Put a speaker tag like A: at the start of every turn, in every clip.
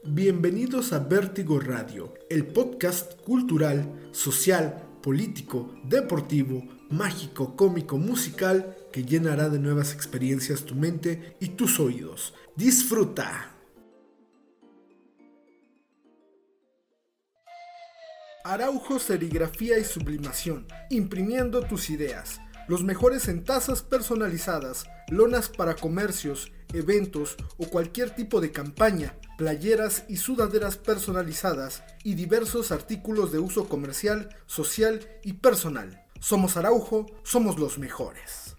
A: Bienvenidos a Vértigo Radio, el podcast cultural, social, político, deportivo, mágico, cómico, musical que llenará de nuevas experiencias tu mente y tus oídos. ¡Disfruta! Araujo Serigrafía y Sublimación, imprimiendo tus ideas. Los mejores en tazas personalizadas, lonas para comercios, eventos o cualquier tipo de campaña, playeras y sudaderas personalizadas y diversos artículos de uso comercial, social y personal. Somos Araujo, somos los mejores.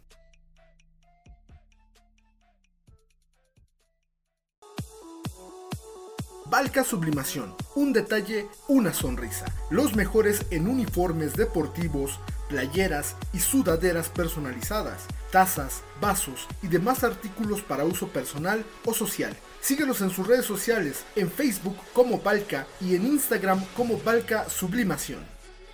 A: Balca Sublimación, un detalle, una sonrisa. Los mejores en uniformes deportivos, playeras y sudaderas personalizadas, tazas, vasos y demás artículos para uso personal o social. Síguelos en sus redes sociales, en Facebook como Balca y en Instagram como Balca Sublimación.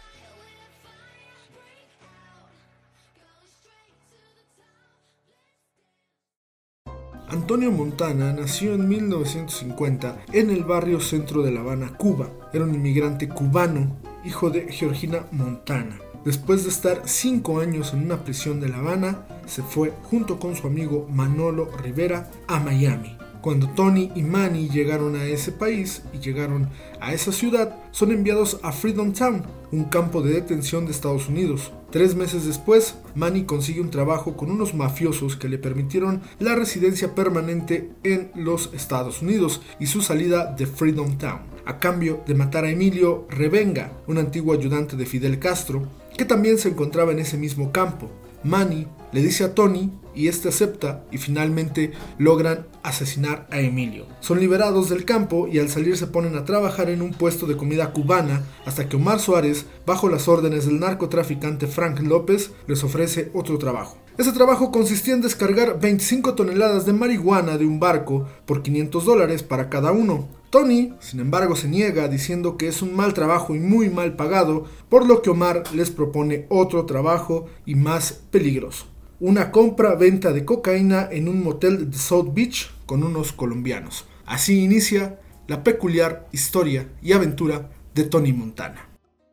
A: Antonio Montana nació en 1950 en el barrio centro de La Habana, Cuba. Era un inmigrante cubano, hijo de Georgina Montana. Después de estar 5 años en una prisión de La Habana, se fue junto con su amigo Manolo Rivera a Miami. Cuando Tony y Manny llegaron a ese país y llegaron a esa ciudad, son enviados a Freedom Town, un campo de detención de Estados Unidos. 3 meses después, Manny consigue un trabajo con unos mafiosos que le permitieron la residencia permanente en los Estados Unidos y su salida de Freedom Town, a cambio de matar a Emilio Revenga, un antiguo ayudante de Fidel Castro, que también se encontraba en ese mismo campo. Manny le dice a Tony y este acepta y finalmente logran asesinar a Emilio. Son liberados del campo y al salir se ponen a trabajar en un puesto de comida cubana hasta que Omar Suárez, bajo las órdenes del narcotraficante Frank López, les ofrece otro trabajo. Ese trabajo consistía en descargar 25 toneladas de marihuana de un barco por $500 para cada uno. Tony, sin embargo, se niega diciendo que es un mal trabajo y muy mal pagado, por lo que Omar les propone otro trabajo y más peligroso. Una compra-venta de cocaína en un motel de South Beach con unos colombianos. Así inicia la peculiar historia y aventura de Tony Montana.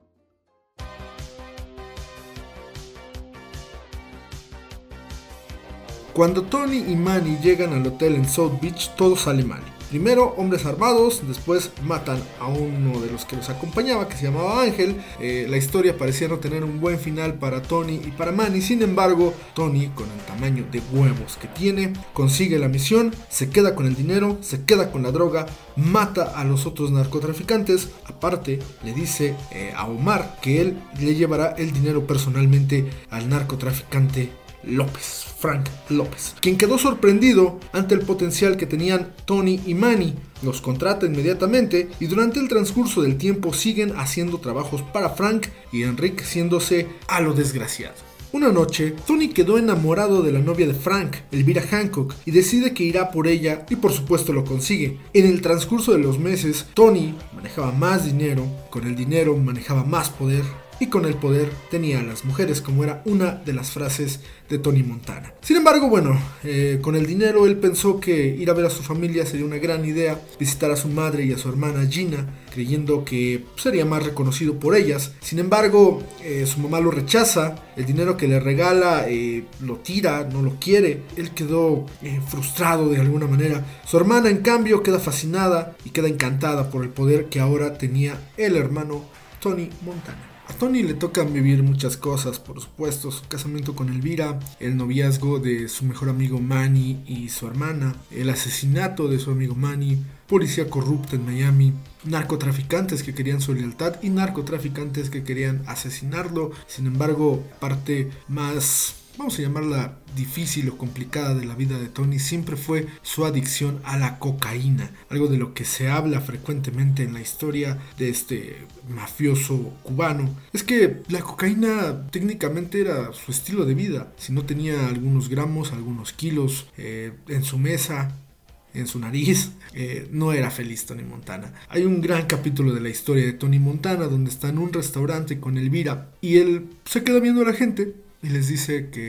A: Cuando Tony y Manny llegan al hotel en South Beach, todo sale mal. Primero, hombres armados, después matan a uno de los que los acompañaba, que se llamaba Ángel. La historia parecía no tener un buen final para Tony y para Manny. Sin embargo, Tony, con el tamaño de huevos que tiene, consigue la misión, se queda con el dinero, se queda con la droga, mata a los otros narcotraficantes. Aparte, le dice a Omar que él le llevará el dinero personalmente al narcotraficante López, Frank López, quien quedó sorprendido ante el potencial que tenían Tony y Manny. Los contrata inmediatamente y durante el transcurso del tiempo siguen haciendo trabajos para Frank y enriqueciéndose a lo desgraciado. Una noche, Tony quedó enamorado de la novia de Frank, Elvira Hancock, y decide que irá por ella y por supuesto lo consigue. En el transcurso de los meses, Tony manejaba más dinero, con el dinero manejaba más poder, y con el poder tenía a las mujeres, como era una de las frases de Tony Montana. Sin embargo, con el dinero él pensó que ir a ver a su familia sería una gran idea, visitar a su madre y a su hermana Gina, creyendo que sería más reconocido por ellas. Sin embargo, su mamá lo rechaza, el dinero que le regala lo tira, no lo quiere. Él quedó frustrado de alguna manera. Su hermana, en cambio, queda fascinada y queda encantada por el poder que ahora tenía el hermano Tony Montana. A Tony le tocan vivir muchas cosas, por supuesto, su casamiento con Elvira, el noviazgo de su mejor amigo Manny y su hermana, el asesinato de su amigo Manny, policía corrupta en Miami, narcotraficantes que querían su lealtad y narcotraficantes que querían asesinarlo. Sin embargo, parte más, vamos a llamarla difícil o complicada de la vida de Tony siempre fue su adicción a la cocaína, algo de lo que se habla frecuentemente en la historia de este mafioso cubano. Es que la cocaína técnicamente era su estilo de vida. Si no tenía algunos gramos, algunos kilos en su mesa, en su nariz, no era feliz Tony Montana. Hay un gran capítulo de la historia de Tony Montana donde está en un restaurante con Elvira y él se queda viendo a la gente y les dice que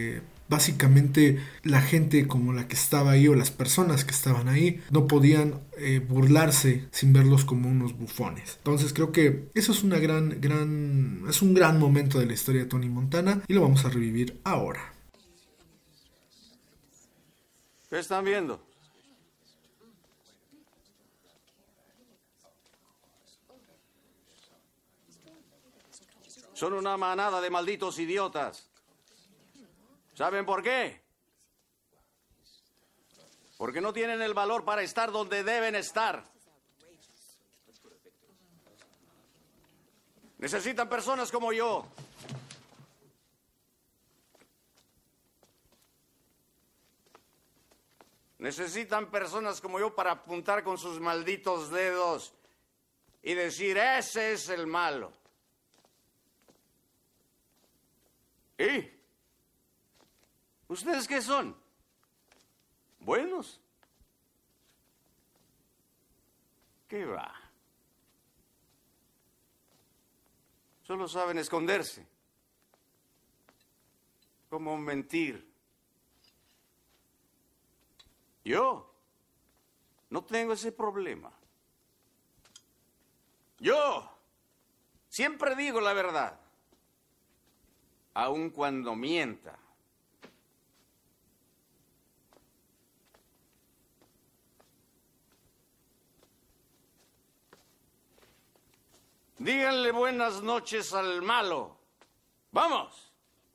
A: básicamente la gente como la que estaba ahí o las personas que estaban ahí no podían burlarse sin verlos como unos bufones. Entonces creo que eso es un gran momento de la historia de Tony Montana y lo vamos a revivir ahora.
B: ¿Qué están viendo? Son una manada de malditos idiotas. ¿Saben por qué? Porque no tienen el valor para estar donde deben estar. Necesitan personas como yo. Necesitan personas como yo para apuntar con sus malditos dedos y decir, ese es el malo. ¿Y? ¿Ustedes qué son? ¿Buenos? ¿Qué va? Solo saben esconderse. Cómo mentir. Yo no tengo ese problema. Yo siempre digo la verdad, aun cuando mienta. Díganle buenas noches al malo. ¡Vamos!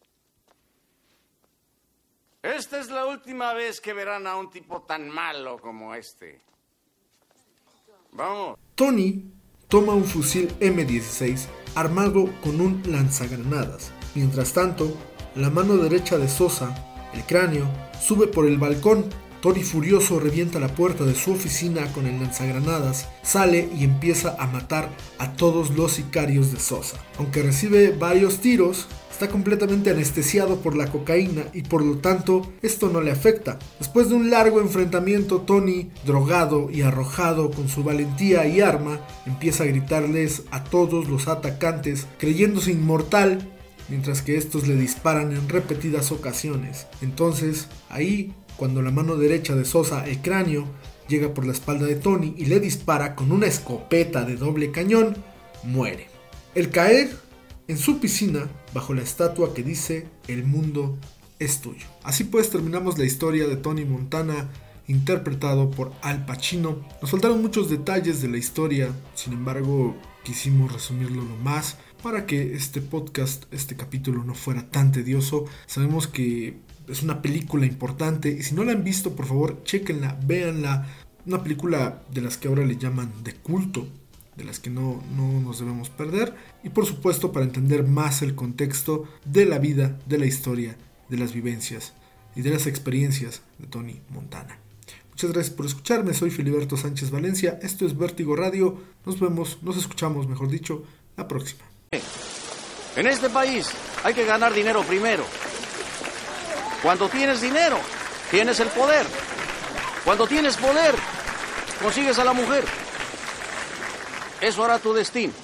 B: Esta es la última vez que verán a un tipo tan malo como este. ¡Vamos!
A: Tony toma un fusil M16 armado con un lanzagranadas. Mientras tanto, la mano derecha de Sosa, el cráneo, sube por el balcón. Tony furioso revienta la puerta de su oficina con el lanzagranadas, sale y empieza a matar a todos los sicarios de Sosa. Aunque recibe varios tiros, está completamente anestesiado por la cocaína y por lo tanto esto no le afecta. Después de un largo enfrentamiento, Tony, drogado y arrojado con su valentía y arma, empieza a gritarles a todos los atacantes creyéndose inmortal, mientras que estos le disparan en repetidas ocasiones. Entonces, ahí, cuando la mano derecha de Sosa, el cráneo, llega por la espalda de Tony y le dispara con una escopeta de doble cañón, muere. El caer en su piscina bajo la estatua que dice "El mundo es tuyo". Así pues terminamos la historia de Tony Montana, interpretado por Al Pacino. Nos faltaron muchos detalles de la historia, sin embargo quisimos resumirlo lo más para que este podcast, este capítulo no fuera tan tedioso. Sabemos que es una película importante y si no la han visto, por favor, chéquenla, véanla. Una película de las que ahora le llaman de culto, de las que no nos debemos perder. Y por supuesto, para entender más el contexto de la vida, de la historia, de las vivencias y de las experiencias de Tony Montana. Muchas gracias por escucharme, soy Filiberto Sánchez Valencia, esto es Vértigo Radio. Nos escuchamos, mejor dicho, la próxima.
B: En este país hay que ganar dinero primero. Cuando tienes dinero, tienes el poder. Cuando tienes poder, consigues a la mujer. Eso hará tu destino.